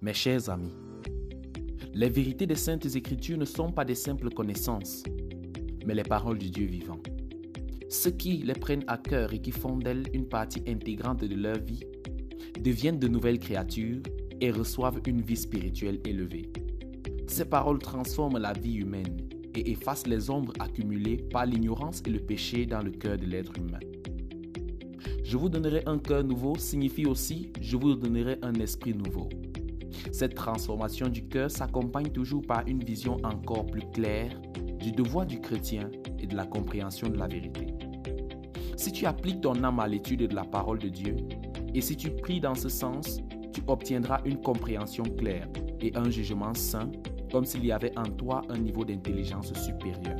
Mes chers amis, les vérités des Saintes Écritures ne sont pas des simples connaissances, mais les paroles du Dieu vivant. Ceux qui les prennent à cœur et qui font d'elles une partie intégrante de leur vie deviennent de nouvelles créatures et reçoivent une vie spirituelle élevée. Ces paroles transforment la vie humaine et effacent les ombres accumulées par l'ignorance et le péché dans le cœur de l'être humain. Je vous donnerai un cœur nouveau signifie aussi je vous donnerai un esprit nouveau. Cette transformation du cœur s'accompagne toujours par une vision encore plus claire du devoir du chrétien et de la compréhension de la vérité. Si tu appliques ton âme à l'étude de la parole de Dieu et si tu pries dans ce sens, tu obtiendras une compréhension claire et un jugement sain, comme s'il y avait en toi un niveau d'intelligence supérieur.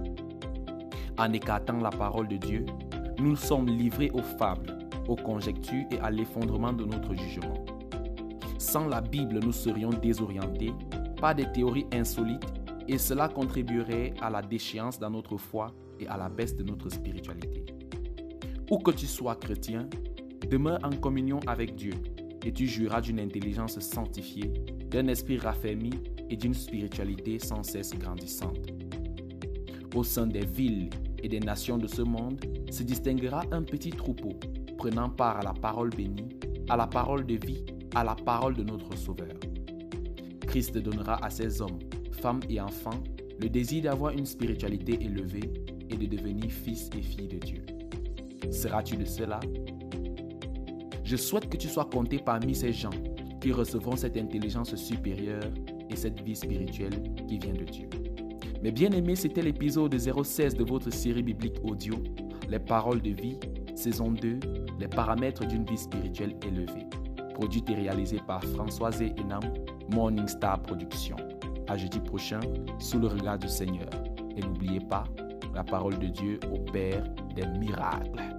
En écartant la parole de Dieu, nous sommes livrés aux fables, aux conjectures et à l'effondrement de notre jugement. Sans la Bible, nous serions désorientés par des théories insolites et cela contribuerait à la déchéance dans notre foi et à la baisse de notre spiritualité. Où que tu sois chrétien, demeure en communion avec Dieu et tu jouiras d'une intelligence sanctifiée, d'un esprit raffermi et d'une spiritualité sans cesse grandissante. Au sein des villes et des nations de ce monde se distinguera un petit troupeau prenant part à la parole bénie, à la parole de vie, à la parole de notre Sauveur. Christ donnera à ses hommes, femmes et enfants le désir d'avoir une spiritualité élevée et de devenir fils et filles de Dieu. Seras-tu de cela? Je souhaite que tu sois compté parmi ces gens qui recevront cette intelligence supérieure et cette vie spirituelle qui vient de Dieu. Mes bien-aimés, c'était l'épisode 016 de votre série biblique audio, Les paroles de vie, saison 2, les paramètres d'une vie spirituelle élevée. Produit et réalisé par Françoise Enam, Morning Star Productions. À jeudi prochain, sous le regard du Seigneur. Et n'oubliez pas, la parole de Dieu opère des miracles.